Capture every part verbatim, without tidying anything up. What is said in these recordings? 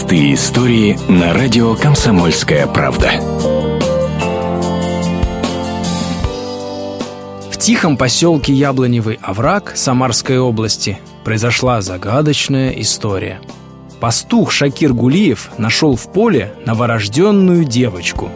Простые истории на радио «Комсомольская правда». В тихом поселке Яблоневый овраг Самарской области произошла загадочная история. Пастух Шакир Гулиев нашел в поле новорожденную девочку.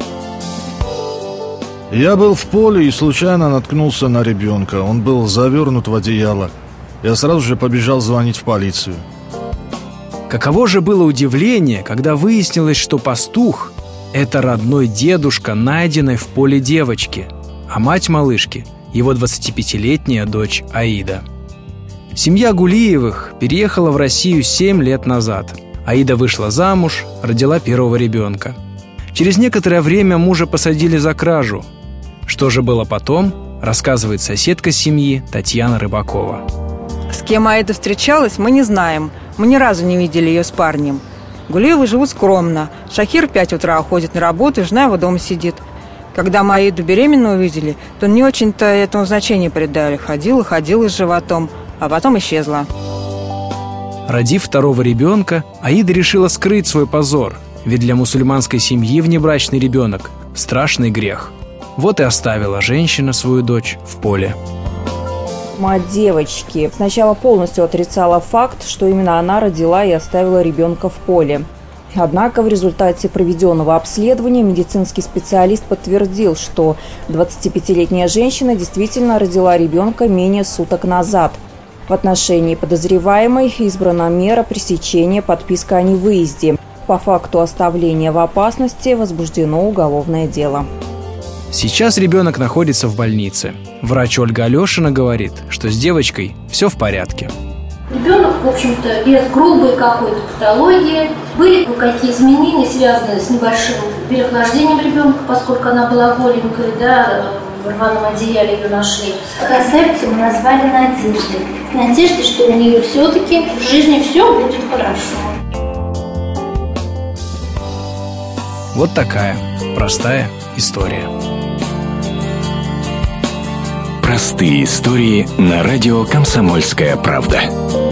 Я был в поле и случайно наткнулся на ребенка. Он был завернут в одеяло. Я сразу же побежал звонить в полицию. Каково же было удивление, когда выяснилось, что пастух – это родной дедушка, найденной в поле девочки, а мать малышки – его двадцатипятилетняя дочь Аида. Семья Гулиевых переехала в Россию семь лет назад. Аида вышла замуж, родила первого ребенка. Через некоторое время мужа посадили за кражу. Что же было потом, рассказывает соседка семьи Татьяна Рыбакова. С кем Аида встречалась, мы не знаем. Мы ни разу не видели ее с парнем. Гулиевы живут скромно. Шакир в пять утра уходит на работу, и жена его дома сидит. Когда мы Аиду беременную увидели, то не очень-то этому значения придали. Ходила, ходила с животом, а потом исчезла. Родив второго ребенка, Аида решила скрыть свой позор, ведь для мусульманской семьи внебрачный ребенок – страшный грех. Вот и оставила женщина свою дочь в поле. Мать девочки сначала полностью отрицала факт, что именно она родила и оставила ребенка в поле. Однако в результате проведенного обследования медицинский специалист подтвердил, что двадцатипятилетняя женщина действительно родила ребенка менее суток назад. В отношении подозреваемой избрана мера пресечения, подписка о невыезде. По факту оставления в опасности возбуждено уголовное дело. Сейчас ребенок находится в больнице. Врач Ольга Алешина говорит, что с девочкой все в порядке. Ребенок, в общем-то, без грубой какой-то патологии. Были какие изменения, связанные с небольшим переохлаждением ребенка, поскольку она была голенькой, да, в рваном одеяле ее нашли. Красавицу мы назвали Надеждой. С надеждой, что у нее все-таки в жизни все будет хорошо. Вот такая простая история. Простые истории на радио «Комсомольская правда».